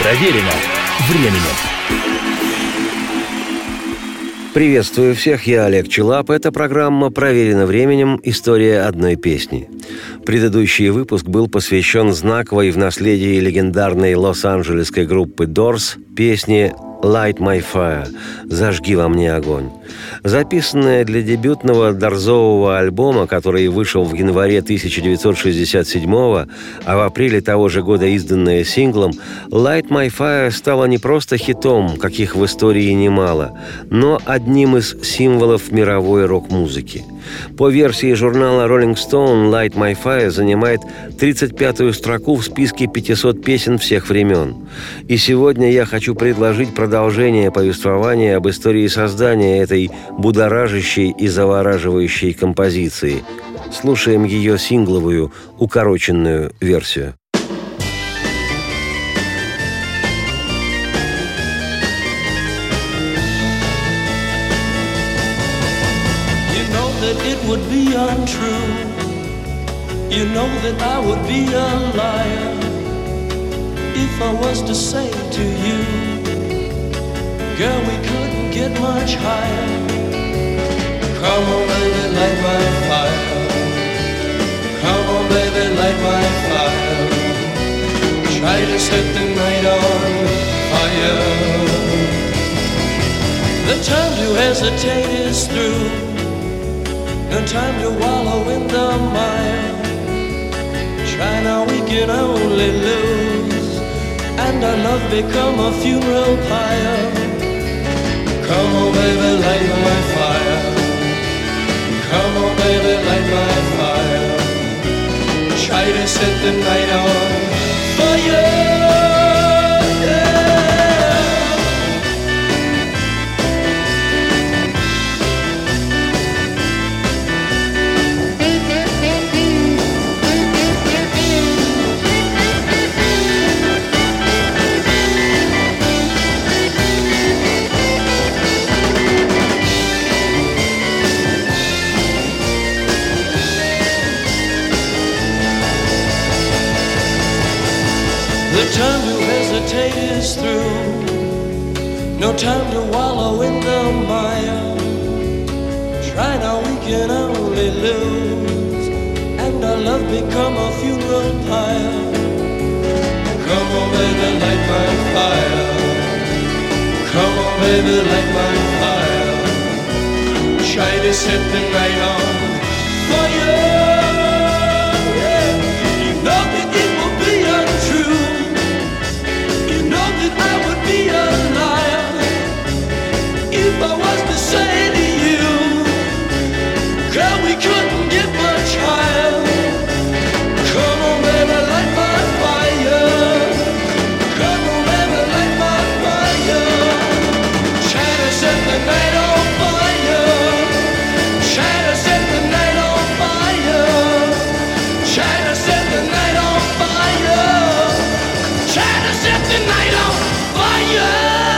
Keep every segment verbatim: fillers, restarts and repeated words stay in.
Проверено временем. Приветствую всех, я Олег Челап. Это программа «Проверено временем. История одной песни». Предыдущий выпуск был посвящен знаковой в наследии легендарной лос-анджелесской группы Doors песне «Light My Fire» – «Зажги во мне огонь». Записанная для дебютного дорзового альбома, который вышел в январе тысяча девятьсот шестьдесят седьмого, а в апреле того же года изданная синглом, «Light My Fire» стала не просто хитом, каких в истории немало, но одним из символов мировой рок-музыки. По версии журнала Rolling Stone, «Light My Fire» занимает тридцать пятую строку в списке пятисот песен всех времен. И сегодня я хочу предложить продолжение повествования об истории создания этой будоражащей и завораживающей композиции. Слушаем ее сингловую, укороченную версию. It would be untrue. You know that I would be a liar if I was to say to you, girl, we couldn't get much higher. Come on, baby, light my fire. Come on, baby, light my fire. Try to set the night on fire. The time to hesitate is through. No time to wallow in the mire. Try now, we can only lose, and our love become a funeral pyre. Come on, baby, light my fire. Come on, baby, light my fire. Try to set the night on fire. The time to hesitate is through. No time to wallow in the mire. Try now, we can only lose, and our love become a funeral pyre. Come on, baby, light my fire. Come on, baby, light my fire. Try to set the night on fire. I would be a liar if I was to say to you, girl, we couldn't get much higher. Come on, baby, light my fire. Come on, baby, light my fire. Try to set the night on fire. Try to set the night on fire. Try to set the night on fire. Try to set the night on fire.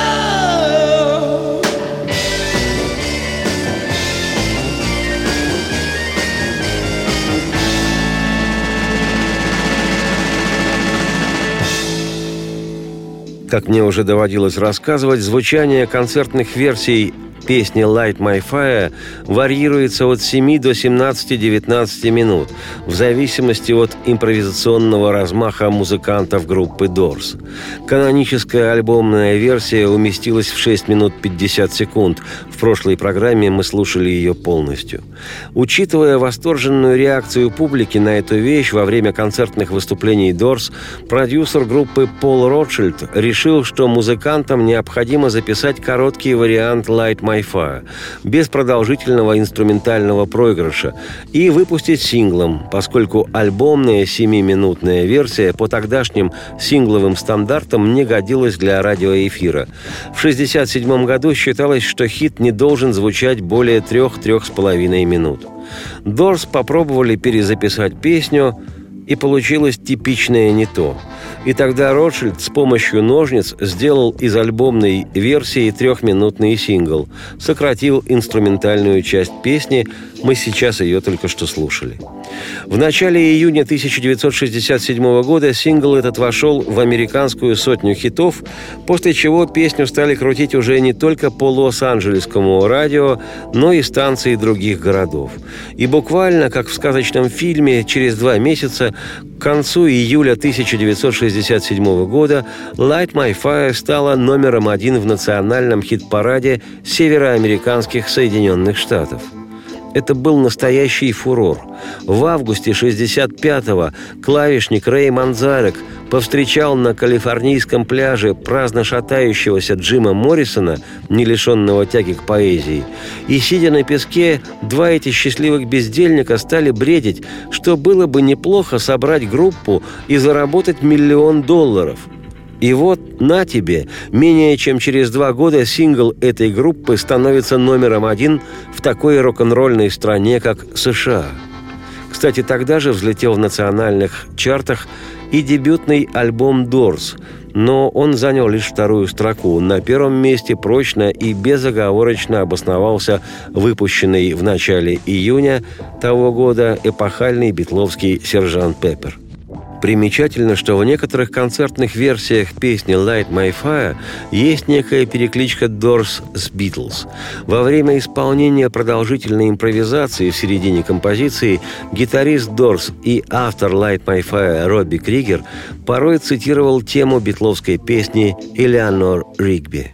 Как мне уже доводилось рассказывать, звучание концертных версий песни «Light My Fire» варьируется от семи до семнадцати-девятнадцати минут, в зависимости от импровизационного размаха музыкантов группы Doors. Каноническая альбомная версия уместилась в шесть минут пятьдесят секунд. В прошлой программе мы слушали ее полностью. Учитывая восторженную реакцию публики на эту вещь во время концертных выступлений Doors, продюсер группы Пол Ротшильд решил, что музыкантам необходимо записать короткий вариант «Light My Fire» без продолжительного инструментального проигрыша и выпустить синглом, поскольку альбомная семиминутная версия по тогдашним сингловым стандартам не годилась для радиоэфира. В шестьдесят седьмом году считалось, что хит не должен звучать более трех-трех с половиной минут. Doors попробовали перезаписать песню, и получилось типичное не то. И тогда Ротшильд с помощью ножниц сделал из альбомной версии трехминутный сингл, сократил инструментальную часть песни, Мы сейчас ее только что слушали. В начале июня тысяча девятьсот шестьдесят седьмого года сингл этот вошел в американскую сотню хитов, после чего песню стали крутить уже не только по Лос-Анджелесскому радио, но и станции других городов. И буквально, как в сказочном фильме, через два месяца, к концу июля тысяча девятьсот шестьдесят седьмого года «Light My Fire» стала номером один в национальном хит-параде североамериканских Соединенных Штатов. Это был настоящий фурор. В августе шестьдесят пятого клавишник Рэй Манзарек повстречал на калифорнийском пляже праздно шатающегося Джима Моррисона, не лишенного тяги к поэзии, и, сидя на песке, два эти счастливых бездельника стали бредить, что было бы неплохо собрать группу и заработать миллион долларов. И вот, на тебе, менее чем через два года сингл этой группы становится номером один в такой рок-н-ролльной стране, как США. Кстати, тогда же взлетел в национальных чартах и дебютный альбом «Doors», но он занял лишь вторую строку. На первом месте прочно и безоговорочно обосновался выпущенный в начале июня того года эпохальный битловский «Сержант Пеппер». Примечательно, что в некоторых концертных версиях песни «Light My Fire» есть некая перекличка Doors с Beatles. Во время исполнения продолжительной импровизации в середине композиции гитарист Doors и автор «Light My Fire» Робби Кригер порой цитировал тему битловской песни «Элеанор Ригби».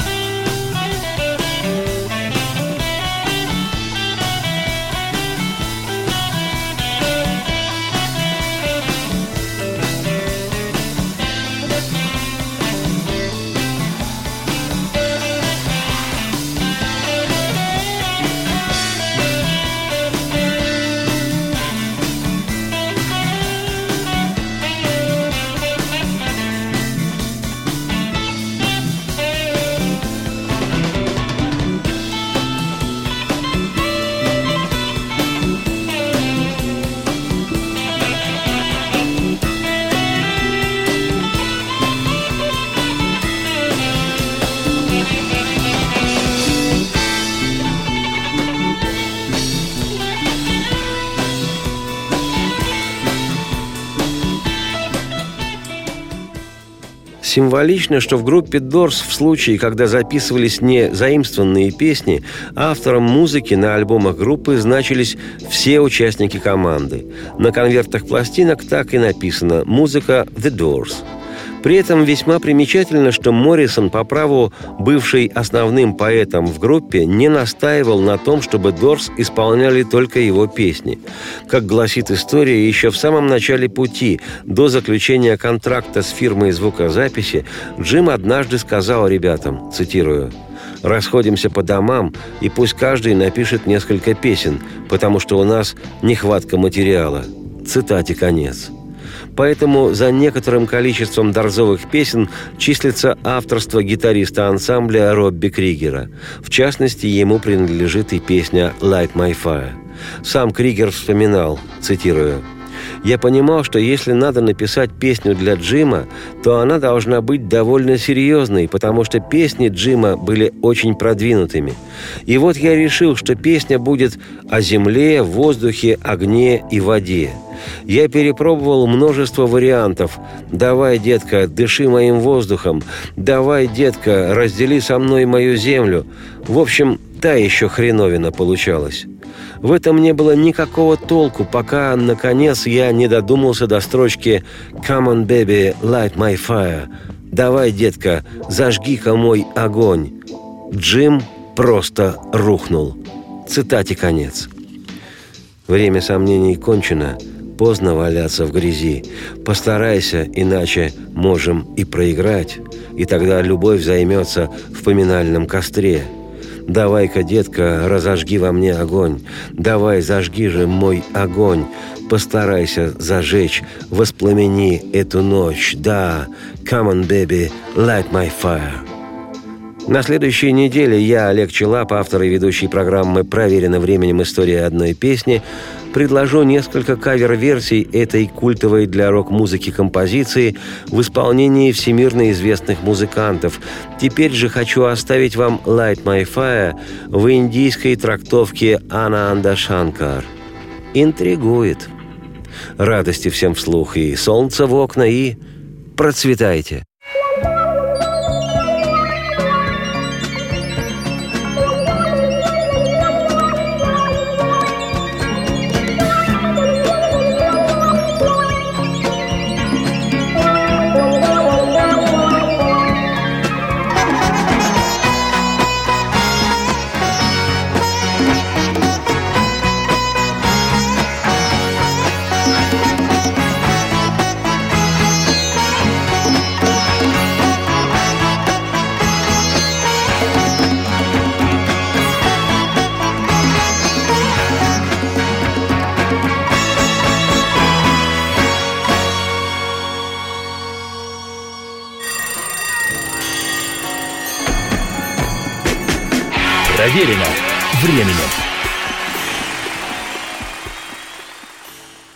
Символично, что в группе Doors в случае, когда записывались не заимствованные песни, автором музыки на альбомах группы значились все участники команды. На конвертах пластинок так и написано «Музыка The Doors». При этом весьма примечательно, что Моррисон, по праву бывший основным поэтом в группе, не настаивал на том, чтобы Doors исполняли только его песни. Как гласит история, еще в самом начале пути, до заключения контракта с фирмой звукозаписи, Джим однажды сказал ребятам, цитирую, «Расходимся по домам, и пусть каждый напишет несколько песен, потому что у нас нехватка материала». Цитате конец. Поэтому за некоторым количеством дорзовых песен числится авторство гитариста ансамбля Робби Кригера. В частности, ему принадлежит и песня «Light My Fire». Сам Кригер вспоминал, цитирую, «Я понимал, что если надо написать песню для Джима, то она должна быть довольно серьезной, потому что песни Джима были очень продвинутыми. И вот я решил, что песня будет о земле, воздухе, огне и воде. Я перепробовал множество вариантов. «Давай, детка, дыши моим воздухом. Давай, детка, раздели со мной мою землю». В общем, та еще хреновина получалась. В этом не было никакого толку, пока, наконец, я не додумался до строчки «Come on, baby, light my fire». «Давай, детка, зажги-ка мой огонь». Джим просто рухнул. Цитате конец. Время сомнений кончено. Поздно валяться в грязи. Постарайся, иначе можем и проиграть. И тогда любовь займется в поминальном костре. Давай-ка, детка, разожги во мне огонь. Давай, зажги же мой огонь. Постарайся зажечь, воспламени эту ночь. Да, come on, baby, light my fire. На следующей неделе я, Олег Челап, автор и ведущий программы «Проверено временем. История одной песни», предложу несколько кавер-версий этой культовой для рок-музыки композиции в исполнении всемирно известных музыкантов. Теперь же хочу оставить вам «Light My Fire» в индийской трактовке Ананда Шанкар. Интригует. Радости всем вслух и солнца в окна, и процветайте! Проверено временем.